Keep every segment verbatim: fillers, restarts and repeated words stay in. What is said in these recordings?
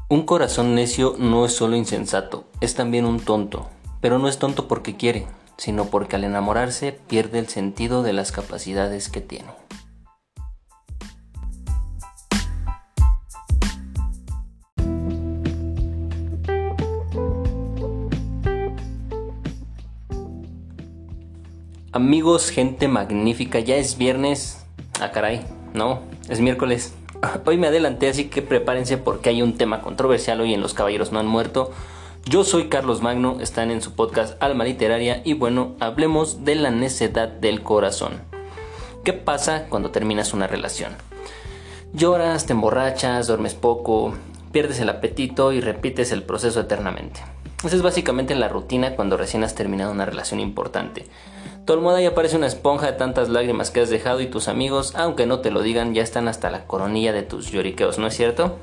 Un corazón necio no es solo insensato, es también un tonto, pero no es tonto porque quiere, sino porque al enamorarse pierde el sentido de las capacidades que tiene. Amigos, gente magnífica, ya es viernes. Ah, caray, no, es miércoles. Hoy me adelanté, así que prepárense porque hay un tema controversial hoy en Los Caballeros No Han Muerto. Yo soy Carlos Magno, están en su podcast Alma Literaria y bueno, hablemos de la necedad del corazón. ¿Qué pasa cuando terminas una relación? Lloras, te emborrachas, duermes poco, pierdes el apetito y repites el proceso eternamente. Esa es básicamente la rutina cuando recién has terminado una relación importante. Tu almohada ya parece una esponja de tantas lágrimas que has dejado y tus amigos, aunque no te lo digan, ya están hasta la coronilla de tus lloriqueos, ¿no es cierto?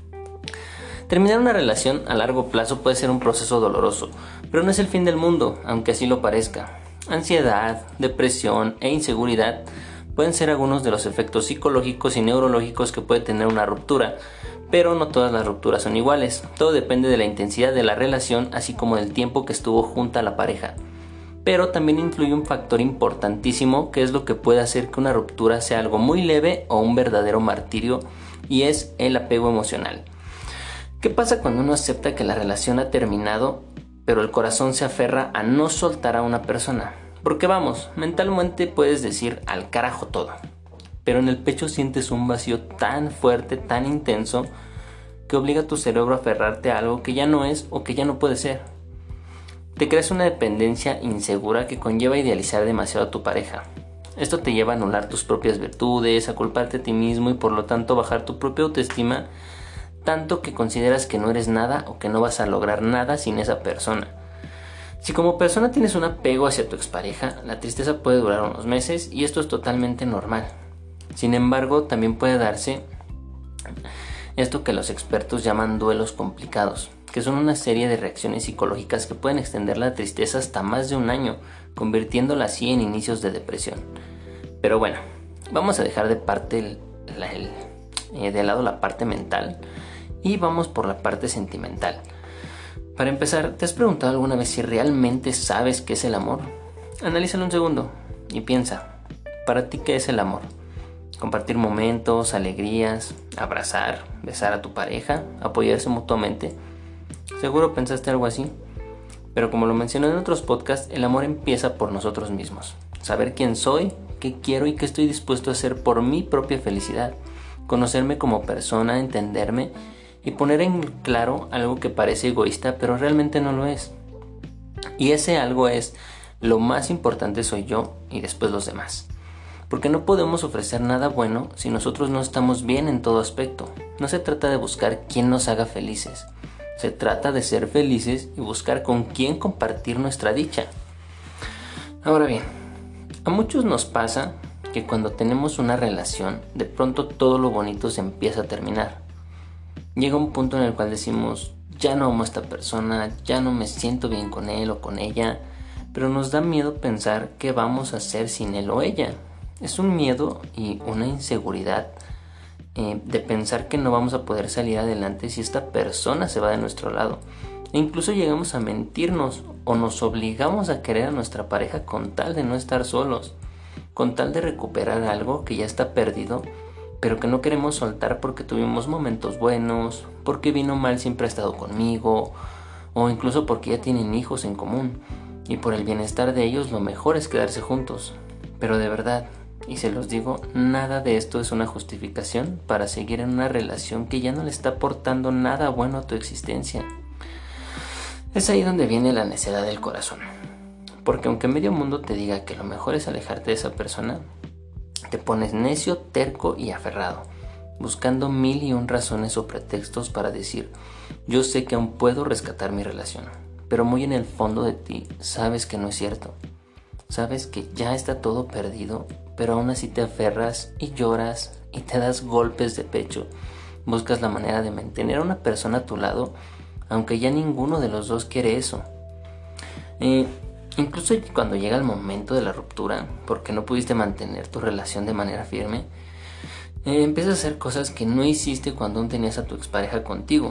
Terminar una relación a largo plazo puede ser un proceso doloroso, pero no es el fin del mundo, aunque así lo parezca. Ansiedad, depresión e inseguridad pueden ser algunos de los efectos psicológicos y neurológicos que puede tener una ruptura, pero no todas las rupturas son iguales. Todo depende de la intensidad de la relación, así como del tiempo que estuvo junta la pareja. Pero también influye un factor importantísimo que es lo que puede hacer que una ruptura sea algo muy leve o un verdadero martirio, y es el apego emocional. ¿Qué pasa cuando uno acepta que la relación ha terminado, pero el corazón se aferra a no soltar a una persona? Porque vamos, mentalmente puedes decir al carajo todo, pero en el pecho sientes un vacío tan fuerte, tan intenso, que obliga a tu cerebro a aferrarte a algo que ya no es o que ya no puede ser. Te creas una dependencia insegura que conlleva idealizar demasiado a tu pareja. Esto te lleva a anular tus propias virtudes, a culparte a ti mismo y por lo tanto bajar tu propia autoestima, tanto que consideras que no eres nada o que no vas a lograr nada sin esa persona. Si como persona tienes un apego hacia tu expareja, la tristeza puede durar unos meses y esto es totalmente normal. Sin embargo, también puede darse esto que los expertos llaman duelos complicados, que son una serie de reacciones psicológicas que pueden extender la tristeza hasta más de un año, convirtiéndola así en inicios de depresión. Pero bueno, vamos a dejar de parte el, la, el, eh, de lado la parte mental y vamos por la parte sentimental. Para empezar, ¿te has preguntado alguna vez si realmente sabes qué es el amor? Analízalo un segundo y piensa, ¿para ti qué es el amor? Compartir momentos, alegrías, abrazar, besar a tu pareja, apoyarse mutuamente. Seguro pensaste algo así, pero como lo mencioné en otros podcasts, el amor empieza por nosotros mismos. Saber quién soy, qué quiero y qué estoy dispuesto a hacer por mi propia felicidad. Conocerme como persona, entenderme y poner en claro algo que parece egoísta, pero realmente no lo es. Y ese algo es, lo más importante soy yo y después los demás. Porque no podemos ofrecer nada bueno si nosotros no estamos bien en todo aspecto. No se trata de buscar quién nos haga felices. Se trata de ser felices y buscar con quién compartir nuestra dicha. Ahora bien, a muchos nos pasa que cuando tenemos una relación, de pronto todo lo bonito se empieza a terminar. Llega un punto en el cual decimos, ya no amo a esta persona, ya no me siento bien con él o con ella, pero nos da miedo pensar qué vamos a hacer sin él o ella. Es un miedo y una inseguridad eh, de pensar que no vamos a poder salir adelante si esta persona se va de nuestro lado. E incluso llegamos a mentirnos o nos obligamos a querer a nuestra pareja con tal de no estar solos, con tal de recuperar algo que ya está perdido, pero que no queremos soltar porque tuvimos momentos buenos, porque vino mal siempre ha estado conmigo, o incluso porque ya tienen hijos en común, y por el bienestar de ellos lo mejor es quedarse juntos. Pero de verdad, y se los digo, nada de esto es una justificación para seguir en una relación que ya no le está aportando nada bueno a tu existencia. Es ahí donde viene la necedad del corazón. Porque aunque medio mundo te diga que lo mejor es alejarte de esa persona, te pones necio, terco y aferrado, buscando mil y un razones o pretextos para decir, yo sé que aún puedo rescatar mi relación, pero muy en el fondo de ti sabes que no es cierto. Sabes que ya está todo perdido, pero aún así te aferras y lloras y te das golpes de pecho. Buscas la manera de mantener a una persona a tu lado, aunque ya ninguno de los dos quiere eso. Eh, incluso cuando llega el momento de la ruptura, porque no pudiste mantener tu relación de manera firme, eh, empiezas a hacer cosas que no hiciste cuando aún tenías a tu expareja contigo.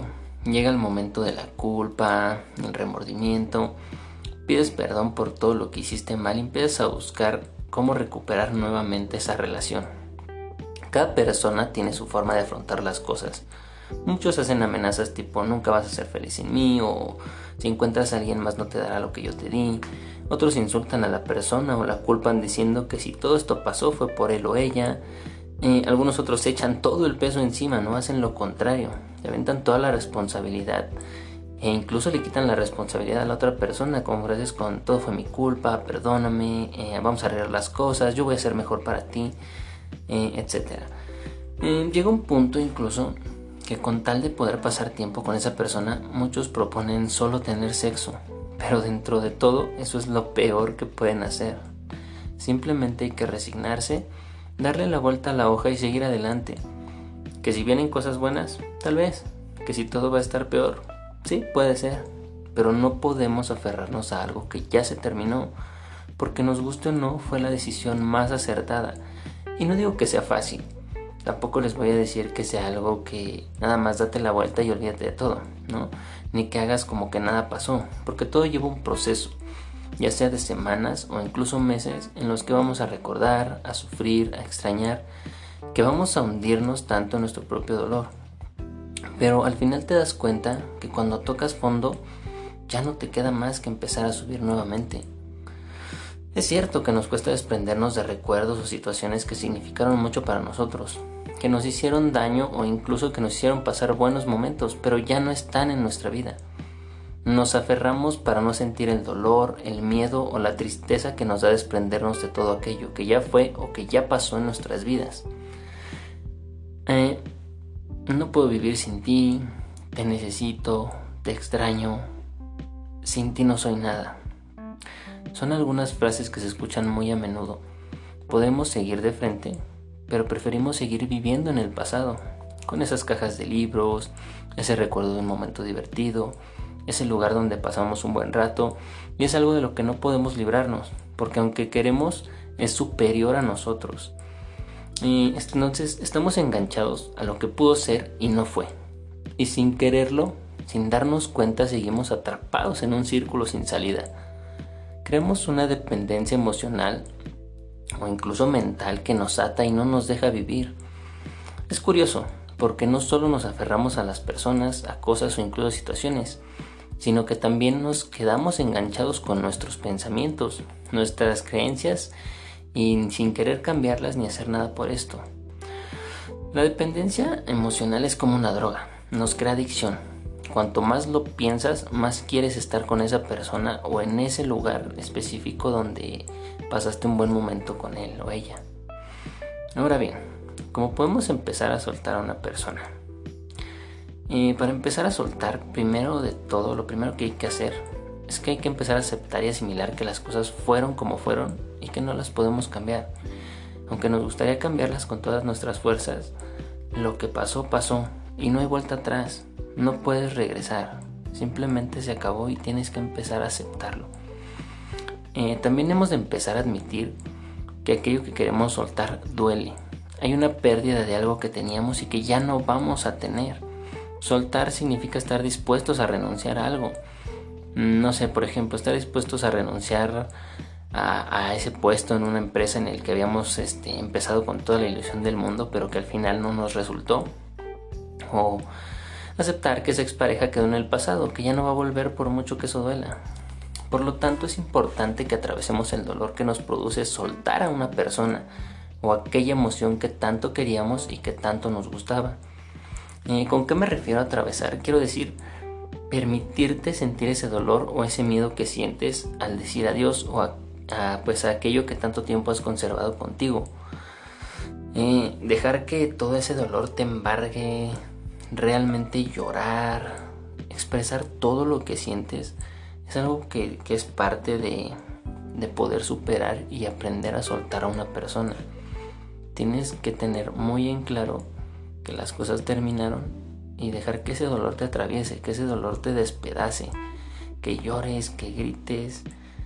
Llega el momento de la culpa, el remordimiento, pides perdón por todo lo que hiciste mal y empiezas a buscar cómo recuperar nuevamente esa relación. Cada persona tiene su forma de afrontar las cosas. Muchos hacen amenazas tipo nunca vas a ser feliz sin mí, o si encuentras a alguien más no te dará lo que yo te di. Otros insultan a la persona o la culpan diciendo que si todo esto pasó fue por él o ella. Eh, algunos otros echan todo el peso encima, no hacen lo contrario, le aventan toda la responsabilidad e incluso le quitan la responsabilidad a la otra persona con frases con todo fue mi culpa, perdóname, eh, vamos a arreglar las cosas, yo voy a ser mejor para ti, eh, etcétera. Eh, llega un punto incluso que con tal de poder pasar tiempo con esa persona, muchos proponen solo tener sexo, pero dentro de todo eso es lo peor que pueden hacer. Simplemente hay que resignarse, darle la vuelta a la hoja y seguir adelante. Que si vienen cosas buenas, tal vez. Que si todo va a estar peor, sí, puede ser. Pero no podemos aferrarnos a algo que ya se terminó, porque nos guste o no, fue la decisión más acertada. Y no digo que sea fácil. Tampoco les voy a decir que sea algo que nada más date la vuelta y olvídate de todo, ¿no? Ni que hagas como que nada pasó, porque todo lleva un proceso, ya sea de semanas o incluso meses, en los que vamos a recordar, a sufrir, a extrañar, que vamos a hundirnos tanto en nuestro propio dolor. Pero al final te das cuenta que cuando tocas fondo, ya no te queda más que empezar a subir nuevamente. Es cierto que nos cuesta desprendernos de recuerdos o situaciones que significaron mucho para nosotros, que nos hicieron daño o incluso que nos hicieron pasar buenos momentos, pero ya no están en nuestra vida. Nos aferramos para no sentir el dolor, el miedo o la tristeza que nos da desprendernos de todo aquello que ya fue o que ya pasó en nuestras vidas. Eh, no puedo vivir sin ti, te necesito, te extraño, sin ti no soy nada. Son algunas frases que se escuchan muy a menudo. Podemos seguir de frente, pero preferimos seguir viviendo en el pasado, con esas cajas de libros, ese recuerdo de un momento divertido, ese lugar donde pasamos un buen rato, y es algo de lo que no podemos librarnos, porque aunque queremos, es superior a nosotros. Y entonces estamos enganchados a lo que pudo ser y no fue. Y sin quererlo, sin darnos cuenta, seguimos atrapados en un círculo sin salida. Creamos una dependencia emocional o incluso mental que nos ata y no nos deja vivir. Es curioso, porque no solo nos aferramos a las personas, a cosas o incluso situaciones, sino que también nos quedamos enganchados con nuestros pensamientos, nuestras creencias, y sin querer cambiarlas ni hacer nada por esto. La dependencia emocional es como una droga, nos crea adicción. Cuanto más lo piensas, más quieres estar con esa persona o en ese lugar específico donde pasaste un buen momento con él o ella. Ahora bien, ¿cómo podemos empezar a soltar a una persona? Eh, para empezar a soltar, primero de todo, lo primero que hay que hacer es que hay que empezar a aceptar y asimilar que las cosas fueron como fueron y que no las podemos cambiar. Aunque nos gustaría cambiarlas con todas nuestras fuerzas, lo que pasó, pasó y no hay vuelta atrás. No puedes regresar, simplemente se acabó y tienes que empezar a aceptarlo. Eh, también hemos de empezar a admitir que aquello que queremos soltar duele. Hay una pérdida de algo que teníamos y que ya no vamos a tener. Soltar significa estar dispuestos a renunciar a algo. No sé, por ejemplo, estar dispuestos a renunciar a, a ese puesto en una empresa en el que habíamos este, empezado con toda la ilusión del mundo, pero que al final no nos resultó. O aceptar que esa expareja quedó en el pasado, que ya no va a volver por mucho que eso duela. Por lo tanto, es importante que atravesemos el dolor que nos produce soltar a una persona o aquella emoción que tanto queríamos y que tanto nos gustaba. Eh, ¿Con qué me refiero a atravesar? Quiero decir, permitirte sentir ese dolor o ese miedo que sientes al decir adiós o a, a, pues a aquello que tanto tiempo has conservado contigo. Eh, dejar que todo ese dolor te embargue, realmente llorar, expresar todo lo que sientes, es algo que, que es parte de, de poder superar y aprender a soltar a una persona. Tienes que tener muy en claro que las cosas terminaron y dejar que ese dolor te atraviese, que ese dolor te despedace, que llores, que grites,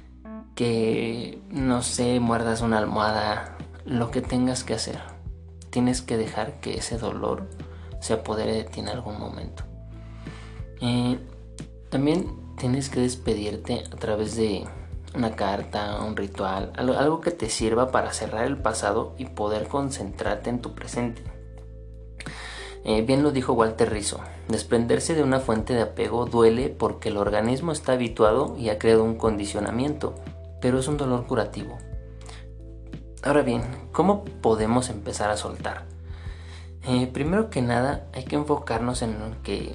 que no sé, muerdas una almohada, lo que tengas que hacer. Tienes que dejar que ese dolor se apodere de ti en algún momento. Eh, también tienes que despedirte a través de una carta, un ritual, algo, algo que te sirva para cerrar el pasado y poder concentrarte en tu presente. Eh, bien lo dijo Walter Rizzo, desprenderse de una fuente de apego duele porque el organismo está habituado y ha creado un condicionamiento, pero es un dolor curativo. Ahora bien, ¿cómo podemos empezar a soltar? Eh, primero que nada, hay que enfocarnos en lo que,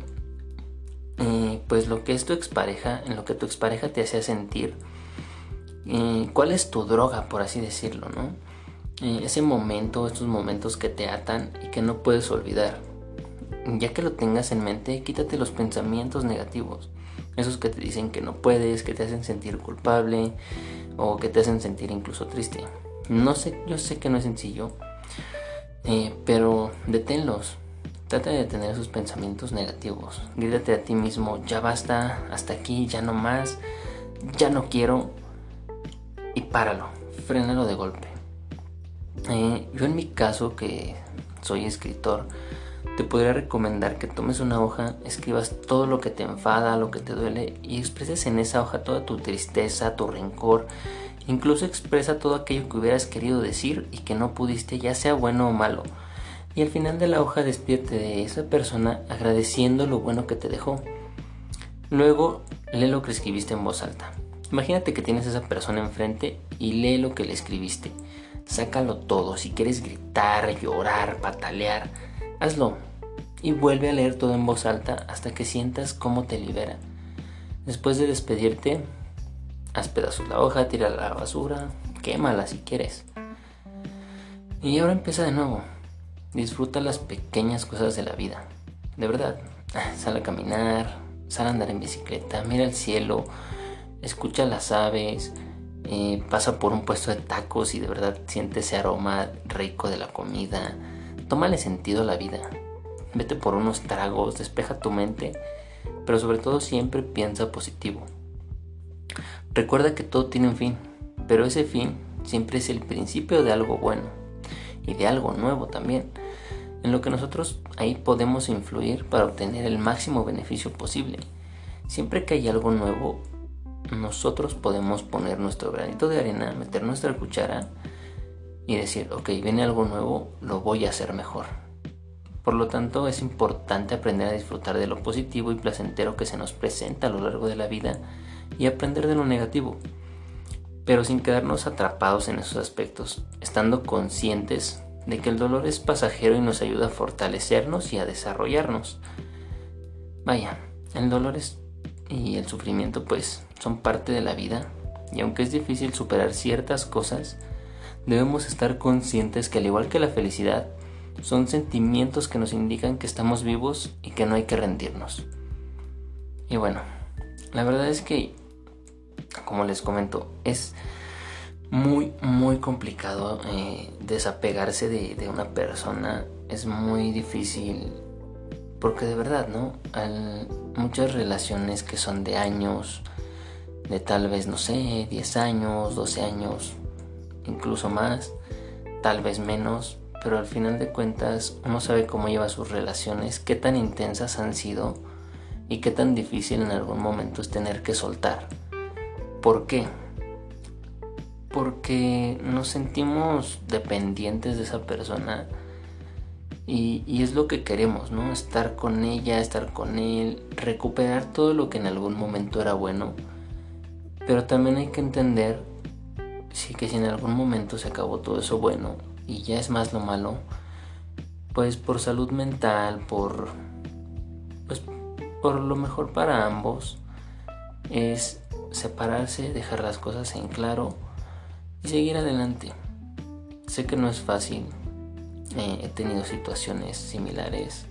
eh, pues lo que es tu expareja, en lo que tu expareja te hacía sentir. Eh, ¿Cuál es tu droga, por así decirlo, ¿no? Eh, ese momento, estos momentos que te atan y que no puedes olvidar. Ya que lo tengas en mente, quítate los pensamientos negativos, esos que te dicen que no puedes, que te hacen sentir culpable o que te hacen sentir incluso triste. No sé, yo sé que no es sencillo, eh, pero deténlos. Trata de detener esos pensamientos negativos. Grítate a ti mismo, ya basta, hasta aquí, ya no más, ya no quiero, y páralo, frénalo de golpe. Eh, yo en mi caso, que soy escritor, te podría recomendar que tomes una hoja, escribas todo lo que te enfada, lo que te duele y expreses en esa hoja toda tu tristeza, tu rencor. Incluso expresa todo aquello que hubieras querido decir y que no pudiste, ya sea bueno o malo. Y al final de la hoja despídete de esa persona agradeciendo lo bueno que te dejó. Luego lee lo que escribiste en voz alta. Imagínate que tienes a esa persona enfrente y lee lo que le escribiste. Sácalo todo, si quieres gritar, llorar, patalear, hazlo y vuelve a leer todo en voz alta hasta que sientas cómo te libera. Después de despedirte, haz pedazos la hoja, tírala a la basura, quémala si quieres. Y ahora empieza de nuevo. Disfruta las pequeñas cosas de la vida. De verdad, sal a caminar, sal a andar en bicicleta, mira el cielo, escucha las aves, eh, pasa por un puesto de tacos y de verdad siente ese aroma rico de la comida. Tómale sentido a la vida. Vete por unos tragos, despeja tu mente, pero sobre todo siempre piensa positivo. Recuerda que todo tiene un fin, pero ese fin siempre es el principio de algo bueno y de algo nuevo también, en lo que nosotros ahí podemos influir para obtener el máximo beneficio posible. Siempre que hay algo nuevo, nosotros podemos poner nuestro granito de arena, meter nuestra cuchara y decir, ok, viene algo nuevo, lo voy a hacer mejor. Por lo tanto, es importante aprender a disfrutar de lo positivo y placentero que se nos presenta a lo largo de la vida y aprender de lo negativo, pero sin quedarnos atrapados en esos aspectos, estando conscientes de que el dolor es pasajero y nos ayuda a fortalecernos y a desarrollarnos. Vaya, el dolor es, y el sufrimiento pues son parte de la vida, y aunque es difícil superar ciertas cosas, debemos estar conscientes que al igual que la felicidad, son sentimientos que nos indican que estamos vivos y que no hay que rendirnos. Y bueno, la verdad es que, como les comento, es muy muy complicado eh, desapegarse de, de una persona. Es muy difícil porque de verdad, ¿no? Al, muchas relaciones que son de años, de tal vez, no sé, diez años, doce años, incluso más, tal vez menos, pero al final de cuentas uno sabe cómo lleva sus relaciones, qué tan intensas han sido y qué tan difícil en algún momento es tener que soltar. ¿Por qué? Porque nos sentimos dependientes de esa persona y, y es lo que queremos, ¿no? Estar con ella, estar con él, recuperar todo lo que en algún momento era bueno, pero también hay que entender sí, que si en algún momento se acabó todo eso bueno y ya es más lo malo, pues por salud mental, por, pues, por lo mejor para ambos, es separarse, dejar las cosas en claro y seguir adelante. Sé que no es fácil, eh, he tenido situaciones similares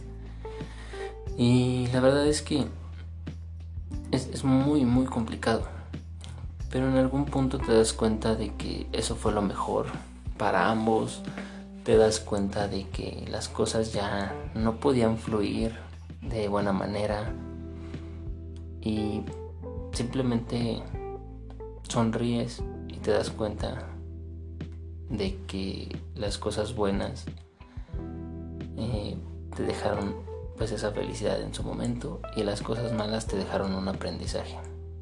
y la verdad es que es, es muy muy complicado, pero en algún punto te das cuenta de que eso fue lo mejor para ambos, te das cuenta de que las cosas ya no podían fluir de buena manera y simplemente sonríes y te das cuenta de que las cosas buenas eh, te dejaron pues esa felicidad en su momento y las cosas malas te dejaron un aprendizaje.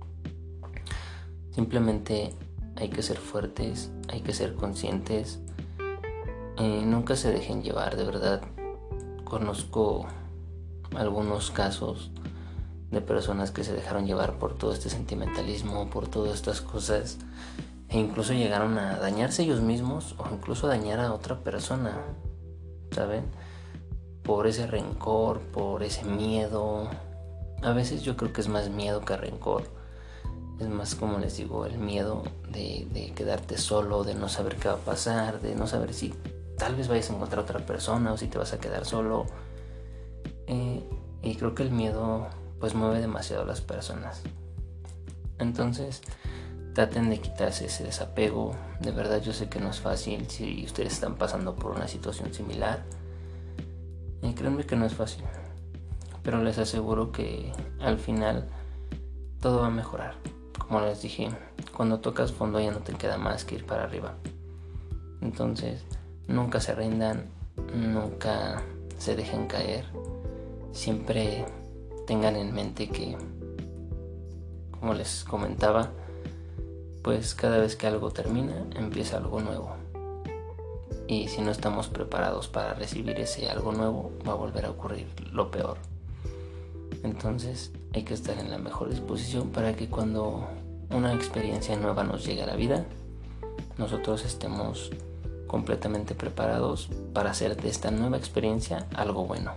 Simplemente hay que ser fuertes, hay que ser conscientes, eh, nunca se dejen llevar, de verdad. Conozco algunos casos de personas que se dejaron llevar por todo este sentimentalismo, por todas estas cosas, e incluso llegaron a dañarse ellos mismos o incluso a dañar a otra persona, ¿saben? Por ese rencor, por ese miedo. A veces yo creo que es más miedo que rencor. Es más, como les digo, el miedo de, de quedarte solo, de no saber qué va a pasar, de no saber si tal vez vayas a encontrar a otra persona o si te vas a quedar solo. Eh, y creo que el miedo pues mueve demasiado a las personas. Entonces traten de quitarse ese desapego. De verdad, yo sé que no es fácil si ustedes están pasando por una situación similar. Y créanme que no es fácil, pero les aseguro que al final todo va a mejorar. Como les dije, cuando tocas fondo ya no te queda más que ir para arriba. Entonces nunca se rindan, nunca se dejen caer. Siempre tengan en mente que, como les comentaba, pues cada vez que algo termina, empieza algo nuevo. Y si no estamos preparados para recibir ese algo nuevo, va a volver a ocurrir lo peor. Entonces hay que estar en la mejor disposición para que cuando una experiencia nueva nos llegue a la vida, nosotros estemos completamente preparados para hacer de esta nueva experiencia algo bueno.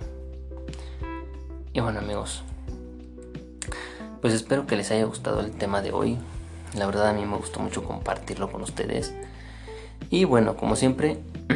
Y bueno, amigos, pues espero que les haya gustado el tema de hoy. La verdad, a mí me gustó mucho compartirlo con ustedes. Y bueno, como siempre,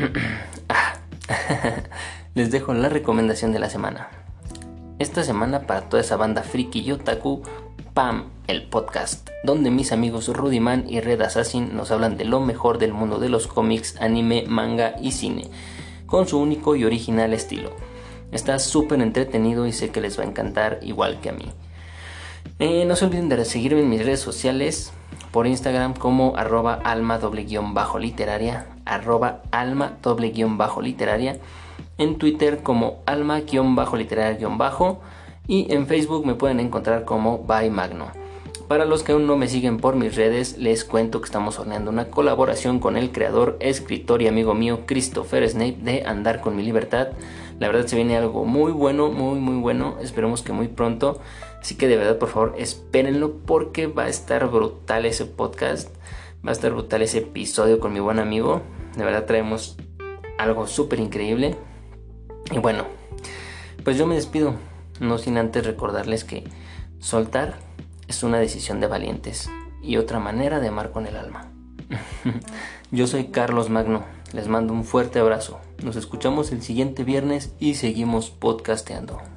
les dejo la recomendación de la semana. Esta semana, para toda esa banda friki y otaku, Pam, el podcast, donde mis amigos Rudy Man y Red Assassin nos hablan de lo mejor del mundo de los cómics, anime, manga y cine, con su único y original estilo. Está súper entretenido y sé que les va a encantar igual que a mí. Eh, no se olviden de seguirme en mis redes sociales, por Instagram como arroba alma doble guión bajo literaria, arroba alma doble guión bajo literaria, en Twitter como alma guión bajo literaria guión bajo, y en Facebook me pueden encontrar como By Magno. Para los que aún no me siguen por mis redes, les cuento que estamos horneando una colaboración con el creador, escritor y amigo mío Christopher Snape de Andar con mi libertad. La verdad se viene algo muy bueno, muy muy bueno, esperemos que muy pronto. Así que de verdad, por favor, espérenlo porque va a estar brutal ese podcast, va a estar brutal ese episodio con mi buen amigo. De verdad traemos algo súper increíble. Y bueno, pues yo me despido, no sin antes recordarles que soltar es una decisión de valientes y otra manera de amar con el alma. Yo soy Carlos Magno, les mando un fuerte abrazo. Nos escuchamos el siguiente viernes y seguimos podcasteando.